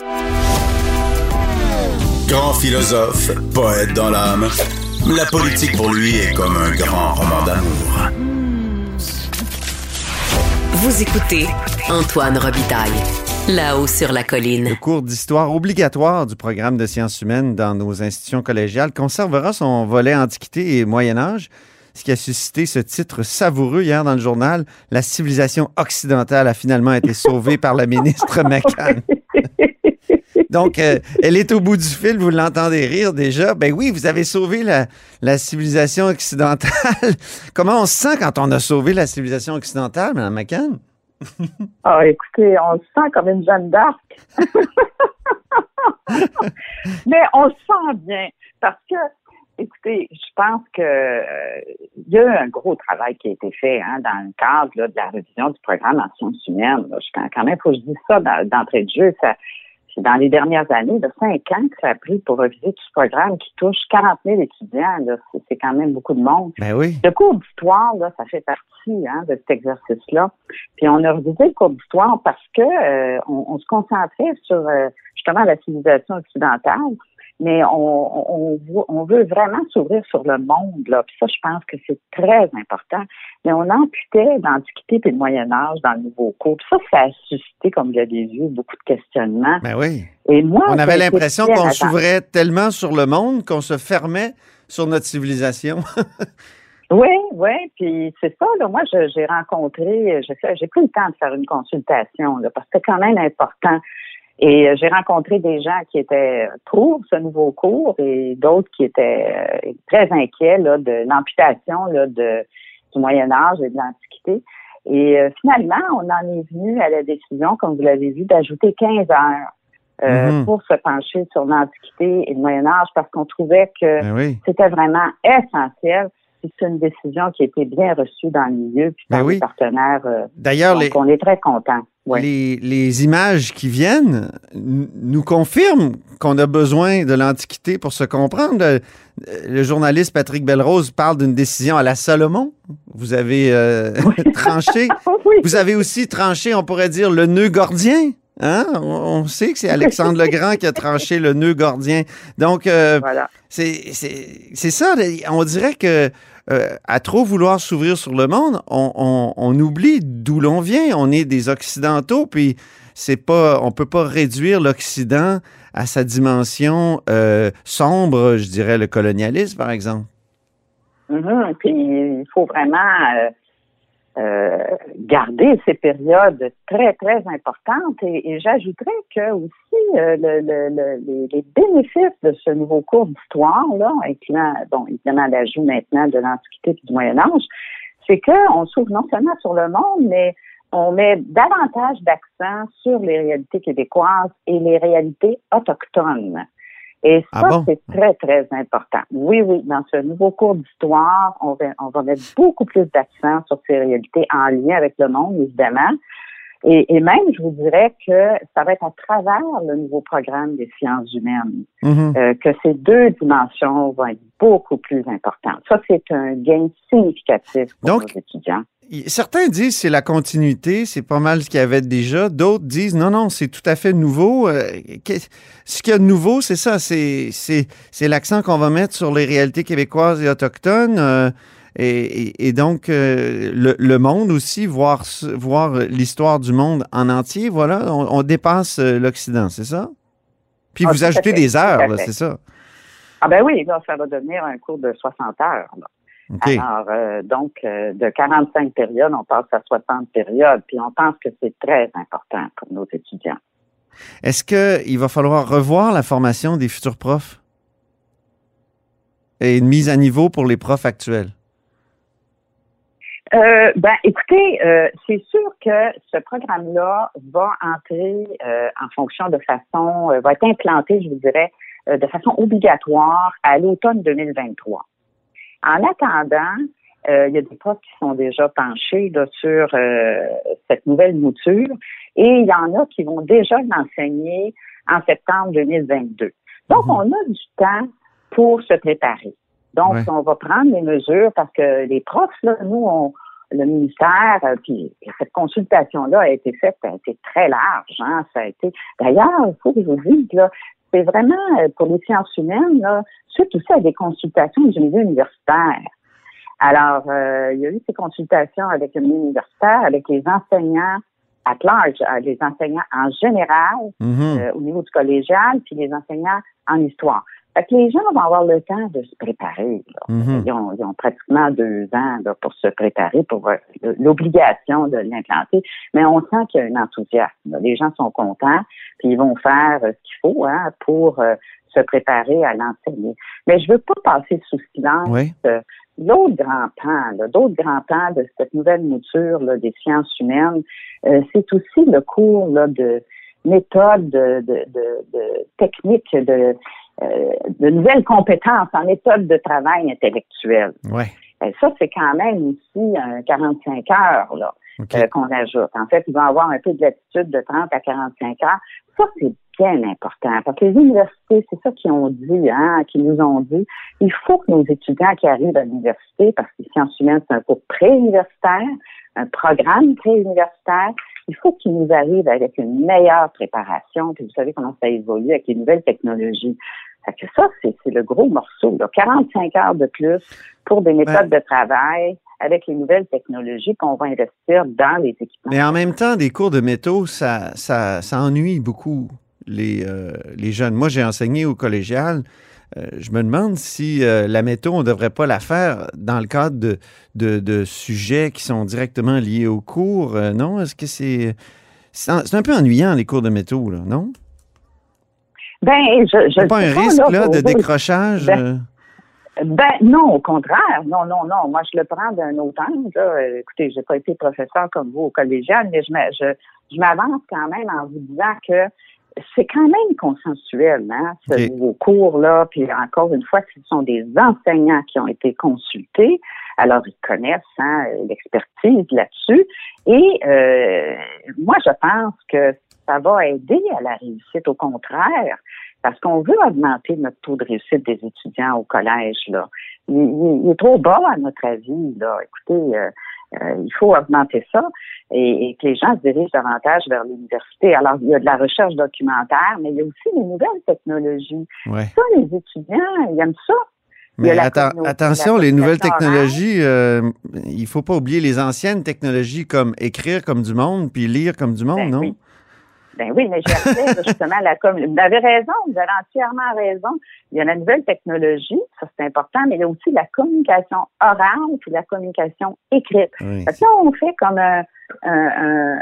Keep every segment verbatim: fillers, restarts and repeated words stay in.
Grand philosophe, poète dans l'âme, la politique pour lui est comme un grand roman d'amour. Vous écoutez Antoine Robitaille, là-haut sur la colline. Le cours d'histoire obligatoire du programme de sciences humaines dans nos institutions collégiales conservera son volet Antiquité et Moyen-Âge, ce qui a suscité ce titre savoureux hier dans le journal. La civilisation occidentale a finalement été sauvée par la ministre McCann. Donc, euh, elle est au bout du fil, vous l'entendez rire déjà. Ben oui, vous avez sauvé la, la civilisation occidentale. Comment on se sent quand on a sauvé la civilisation occidentale, Mme McCann? Ah, écoutez, on se sent comme une Jeanne d'Arc. Mais on se sent bien parce que, écoutez, je pense que euh, il y a eu un gros travail qui a été fait hein, dans le cadre là, de la révision du programme en sciences humaines. Là. Je, quand même, il faut que je dise ça dans, d'entrée de jeu. Ça, c'est dans les dernières années, de cinq ans que ça a pris pour reviser tout ce programme qui touche quarante mille étudiants. Là. C'est, c'est quand même beaucoup de monde. Ben oui. Le cours d'histoire, là, ça fait partie hein, de cet exercice-là. Puis on a revisé le cours d'histoire parce que euh, on, on se concentrait sur euh, justement la civilisation occidentale. Mais on, on, on veut vraiment s'ouvrir sur le monde, là. Puis ça, je pense que c'est très important. Mais on amputait l'Antiquité et le Moyen-Âge dans le nouveau cours. Puis ça, ça a suscité, comme vous l'avez vu, beaucoup de questionnements. Ben oui. Et moi, on avait l'impression qu'on attends. s'ouvrait tellement sur le monde qu'on se fermait sur notre civilisation. Oui, oui, puis c'est ça, là, moi, je, j'ai rencontré, j'ai, fait, j'ai pris le temps de faire une consultation, là, parce que c'est quand même important. Et euh, j'ai rencontré des gens qui étaient pour ce nouveau cours et d'autres qui étaient euh, très inquiets là, de l'amputation là, de, du Moyen-Âge et de l'Antiquité. Et euh, finalement, on en est venu à la décision, comme vous l'avez vu, d'ajouter quinze heures euh, mm-hmm. pour se pencher sur l'Antiquité et le Moyen-Âge parce qu'on trouvait que ben oui. c'était vraiment essentiel. C'est une décision qui a été bien reçue dans le milieu puis par ben oui. les partenaires. Euh, D'ailleurs, donc, les, on est très contents. Ouais. Les, les images qui viennent n- nous confirment qu'on a besoin de l'Antiquité pour se comprendre. Le, le journaliste Patrick Belrose parle d'une décision à la Salomon. Vous avez euh, oui. tranché. oui. Vous avez aussi tranché, on pourrait dire, le nœud gordien. Hein? On, on sait que c'est Alexandre le Grand qui a tranché le nœud gordien. Donc, euh, voilà. c'est, c'est, c'est ça. On dirait que Euh, à trop vouloir s'ouvrir sur le monde, on, on, on oublie d'où l'on vient. On est des Occidentaux, puis c'est pas, on peut pas réduire l'Occident à sa dimension euh, sombre, je dirais le colonialisme, par exemple. Mm-hmm. Puis il faut vraiment euh, euh, garder ces périodes très, très importantes. Et, et j'ajouterais que aussi euh, le, le, le, les, les bénéfices de ce nouveau cours d'histoire, là, incluant, bon, évidemment, l'ajout maintenant de l'Antiquité et du Moyen-Âge, c'est qu'on s'ouvre non seulement sur le monde, mais on met davantage d'accent sur les réalités québécoises et les réalités autochtones. Et ça, ah bon? c'est très, très important. Oui, oui, dans ce nouveau cours d'histoire, on va, on va mettre beaucoup plus d'accent sur ces réalités en lien avec le monde, évidemment. Et, et même, je vous dirais que ça va être à travers le nouveau programme des sciences humaines mm-hmm. euh, que ces deux dimensions vont être beaucoup plus importantes. Ça, c'est un gain significatif pour Donc, nos étudiants. Certains disent que c'est la continuité, c'est pas mal ce qu'il y avait déjà. D'autres disent non, non, c'est tout à fait nouveau. Euh, ce qu'il y a de nouveau, c'est ça, c'est, c'est, c'est l'accent qu'on va mettre sur les réalités québécoises et autochtones. Euh, et, et, et donc, euh, le, le monde aussi, voir, voir l'histoire du monde en entier, voilà, on, on dépasse l'Occident, c'est ça? Puis ah, vous ajoutez des heures, là, c'est ça? Ah ben oui, là, ça va devenir un cours de soixante heures, là. Okay. Alors, euh, donc, euh, de quarante-cinq périodes, on passe à soixante périodes, puis on pense que c'est très important pour nos étudiants. Est-ce qu'il va falloir revoir la formation des futurs profs et une mise à niveau pour les profs actuels? Euh, ben, écoutez, euh, c'est sûr que ce programme-là va entrer euh, en fonction de façon, euh, va être implanté, je vous dirais, euh, de façon obligatoire à l'automne deux mille vingt-trois. En attendant, euh, il y a des profs qui sont déjà penchés là, sur euh, cette nouvelle mouture et il y en a qui vont déjà l'enseigner en septembre deux mille vingt-deux. Donc, mmh. on a du temps pour se préparer. Donc, ouais. on va prendre les mesures parce que les profs, là, nous, on, le ministère, euh, puis cette consultation-là a été faite, a été très large. Hein, ça a été. D'ailleurs, il faut que je vous dise, là, c'est vraiment euh, pour les sciences humaines, là, suite aussi à des consultations du milieu universitaire. Alors, euh, il y a eu ces consultations avec le milieu universitaire, avec les enseignants at large, euh, les enseignants en général, mm-hmm. euh, au niveau du collégial, puis les enseignants en histoire. Fait que les gens vont avoir le temps de se préparer. Là. Mm-hmm. Ils, ont, ils ont pratiquement deux ans là, pour se préparer, pour euh, l'obligation de l'implanter. Mais on sent qu'il y a un enthousiasme. Là. Les gens sont contents, puis ils vont faire euh, ce qu'il faut hein, pour euh, se préparer à l'enseigner. Mais je veux pas passer sous silence oui. euh, l'autre grand pan, là, d'autres grands pans de cette nouvelle mouture là, des sciences humaines. Euh, c'est aussi le cours là, de méthodes, de, de, de, de techniques, de Euh, de nouvelles compétences en méthode de travail intellectuel. Ouais. Et ça, c'est quand même aussi un quarante-cinq heures là, okay. euh, qu'on ajoute. En fait, ils vont avoir un peu de latitude de trente à quarante-cinq heures. Ça, c'est bien important. Parce que les universités, c'est ça qu'ils ont dit, hein, qu'ils nous ont dit. Il faut que nos étudiants qui arrivent à l'université, parce que les sciences humaines, c'est un cours pré-universitaire, un programme pré-universitaire, il faut qu'ils nous arrivent avec une meilleure préparation. Puis vous savez comment ça évolue avec les nouvelles technologies. Fait que ça, c'est, c'est le gros morceau. Là. quarante-cinq heures de plus pour des méthodes ouais. de travail avec les nouvelles technologies qu'on va investir dans les équipements. Mais en même temps, des cours de métaux, ça, ça, ça ennuie beaucoup les, euh, les jeunes. Moi, j'ai enseigné au collégial. Euh, je me demande si euh, la métaux, on ne devrait pas la faire dans le cadre de, de, de sujets qui sont directement liés au cours. Euh, non? Est-ce que c'est... C'est un, c'est un peu ennuyant, les cours de métaux, là, non? Ben, je... je c'est pas un pas, risque, là, là, de vous... décrochage? Ben, euh... ben, non, au contraire. Non, non, non. Moi, je le prends d'un autre angle. Là. Écoutez, j'ai pas été professeur comme vous au collégial, mais je, je, je m'avance quand même en vous disant que c'est quand même consensuel, hein, ce okay. nouveau cours-là. Puis encore une fois, ce sont des enseignants qui ont été consultés. Alors, ils connaissent hein, l'expertise là-dessus. Et euh, moi, je pense que ça va aider à la réussite, au contraire, parce qu'on veut augmenter notre taux de réussite des étudiants au collège. Là. Il, il, il est trop bas, à notre avis. Là. Écoutez, euh, euh, il faut augmenter ça et, et que les gens se dirigent davantage vers l'université. Alors, il y a de la recherche documentaire, mais il y a aussi les nouvelles technologies. Ouais. Ça, les étudiants, ils aiment ça. Mais atten- attention, les nouvelles technologies, euh, il ne faut pas oublier les anciennes technologies comme écrire comme du monde puis lire comme du monde, ben non? Oui. Ben oui, mais j'ai appelé justement la com. Vous avez raison, vous avez entièrement raison. Il y a la nouvelle technologie, ça c'est important, mais il y a aussi la communication orale puis la communication écrite. Oui. Parce que là, on fait comme un, un, un,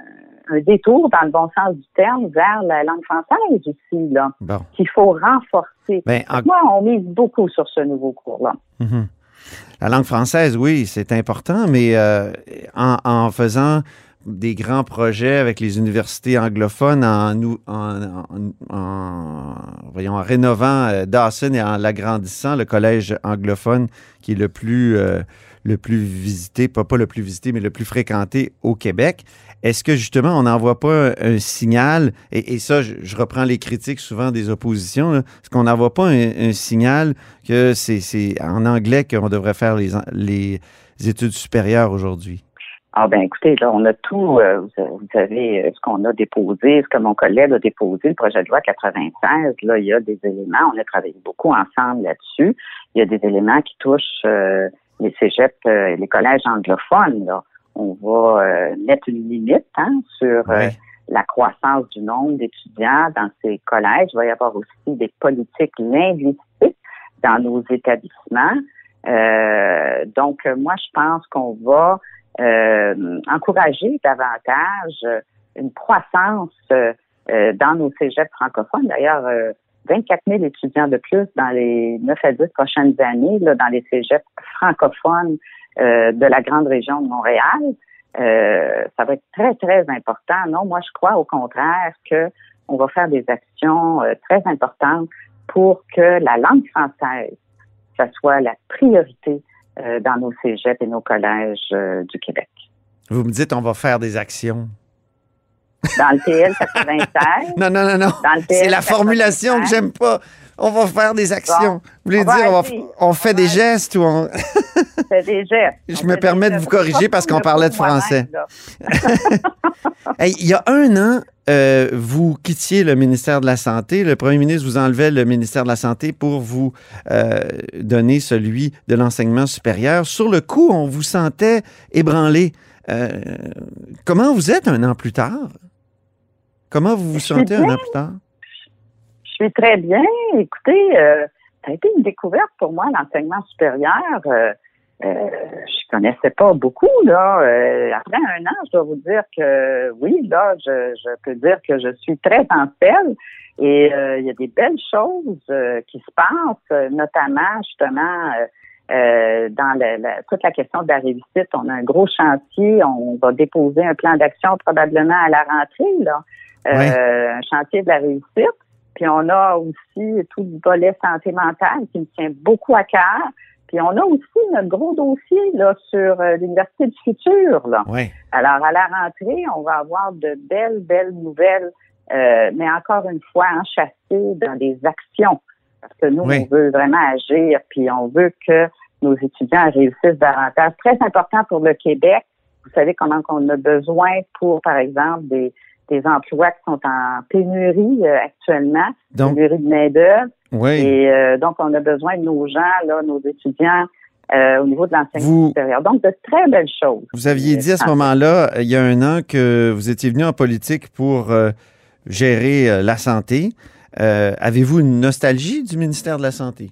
un détour dans le bon sens du terme vers la langue française aussi, là, bon. qu'il faut renforcer. Ben, en... Moi, on mise beaucoup sur ce nouveau cours-là. Mm-hmm. La langue française, oui, c'est important, mais euh, en, en faisant des grands projets avec les universités anglophones en, en, en, en, voyons, en rénovant euh, Dawson et en l'agrandissant, le collège anglophone qui est le plus, euh, le plus visité, pas, pas le plus visité, mais le plus fréquenté au Québec. Est-ce que justement, on n'envoie pas un, un signal, et, et ça, je, je reprends les critiques souvent des oppositions, là, est-ce qu'on n'envoie pas un, un signal que c'est, c'est en anglais qu'on devrait faire les, les études supérieures aujourd'hui? Ah ben écoutez, là, on a tout, euh, vous savez, ce qu'on a déposé, ce que mon collègue a déposé, le projet de loi quatre-vingt-seize, là, il y a des éléments, on a travaillé beaucoup ensemble là-dessus. Il y a des éléments qui touchent euh, les cégeps euh, et les collèges anglophones, là. On va euh, mettre une limite hein, sur euh, oui. la croissance du nombre d'étudiants dans ces collèges. Il va y avoir aussi des politiques linguistiques dans nos établissements. Euh, donc, moi, je pense qu'on va Euh, encourager davantage euh, une croissance euh, euh, dans nos cégeps francophones. D'ailleurs, euh, vingt-quatre mille étudiants de plus dans les neuf à dix prochaines années là, dans les cégeps francophones euh, de la grande région de Montréal. Euh, ça va être très, très important. Non, moi, je crois au contraire que on va faire des actions euh, très importantes pour que la langue française, ça soit la priorité Euh, dans nos cégeps et nos collèges euh, du Québec. Vous me dites on va faire des actions. Dans le T L quatre-vingt-seize. non, non, non, non. C'est la formulation que j'aime pas. On va faire des actions. Bon, Vous voulez on dire on, va, on fait des gestes ou on... C'est des gestes. Je me permets de vous corriger parce qu'on parlait de français. Hey, il y a un an, euh, vous quittiez le ministère de la Santé. Le premier ministre vous enlevait le ministère de la Santé pour vous euh, donner celui de l'enseignement supérieur. Sur le coup, on vous sentait ébranlé. Euh, comment vous êtes un an plus tard? Comment vous vous sentez un an plus tard? Je suis très bien. Écoutez, euh, ça a été une découverte pour moi, l'enseignement supérieur. Euh, euh, je connaissais pas beaucoup, là. Euh, après un an, je dois vous dire que oui, là, je, je peux dire que je suis très en selle. Et euh, il y a des belles choses euh, qui se passent, notamment, justement, euh, euh, dans le, la, toute la question de la réussite. On a un gros chantier. On va déposer un plan d'action probablement à la rentrée, là. Euh, oui. Un chantier de la réussite. Puis on a aussi tout le volet santé mentale qui me tient beaucoup à cœur. Puis on a aussi notre gros dossier là sur euh, l'Université du futur. Là. Oui. Alors, à la rentrée, on va avoir de belles, belles nouvelles, euh, mais encore une fois, enchâssées dans des actions. Parce que nous, oui. on veut vraiment agir, puis on veut que nos étudiants réussissent davantage. Très important pour le Québec. Vous savez comment on a besoin pour, par exemple, des des emplois qui sont en pénurie euh, actuellement, donc, pénurie de main-d'œuvre. Oui. Et euh, donc, on a besoin de nos gens, là, nos étudiants, euh, au niveau de l'enseignement vous, supérieur. Donc, de très belles choses. Vous aviez dit à ce moment-là, il y a un an, que vous étiez venu en politique pour euh, gérer euh, la santé. Euh, avez-vous une nostalgie du ministère de la Santé?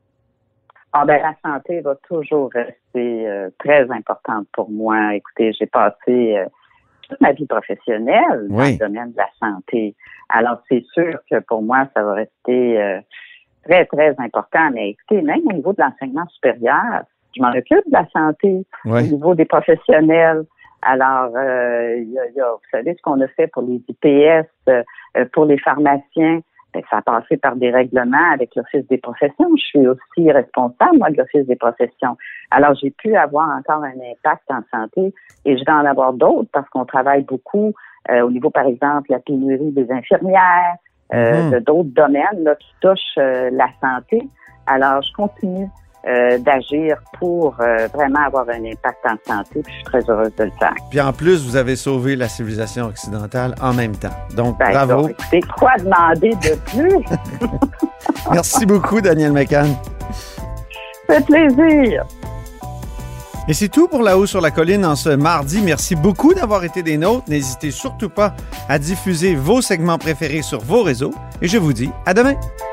Ah ben, la santé va toujours rester euh, très importante pour moi. Écoutez, j'ai passé... Euh, toute ma vie professionnelle dans oui. le domaine de la santé. Alors, c'est sûr que pour moi, ça va rester euh, très, très important. Mais écoutez, même au niveau de l'enseignement supérieur, je m'en occupe de la santé, oui. au niveau des professionnels. Alors, euh, y a, y a, vous savez ce qu'on a fait pour les I P S, euh, pour les pharmaciens. Bien, ça a passé par des règlements avec l'Office des professions. Je suis aussi responsable, moi, de l'Office des professions. Alors, j'ai pu avoir encore un impact en santé et je vais en avoir d'autres parce qu'on travaille beaucoup euh, au niveau, par exemple, la pénurie des infirmières, euh, mmh. de d'autres domaines là, qui touchent euh, la santé. Alors, je continue euh, d'agir pour euh, vraiment avoir un impact en santé, puis je suis très heureuse de le faire. Puis en plus, vous avez sauvé la civilisation occidentale en même temps. Donc, ben, bravo. C'est quoi demander de plus? Merci beaucoup, Danielle McCann. Ça fait plaisir. Et c'est tout pour Là-haut sur la colline en ce mardi. Merci beaucoup d'avoir été des nôtres. N'hésitez surtout pas à diffuser vos segments préférés sur vos réseaux. Et je vous dis à demain.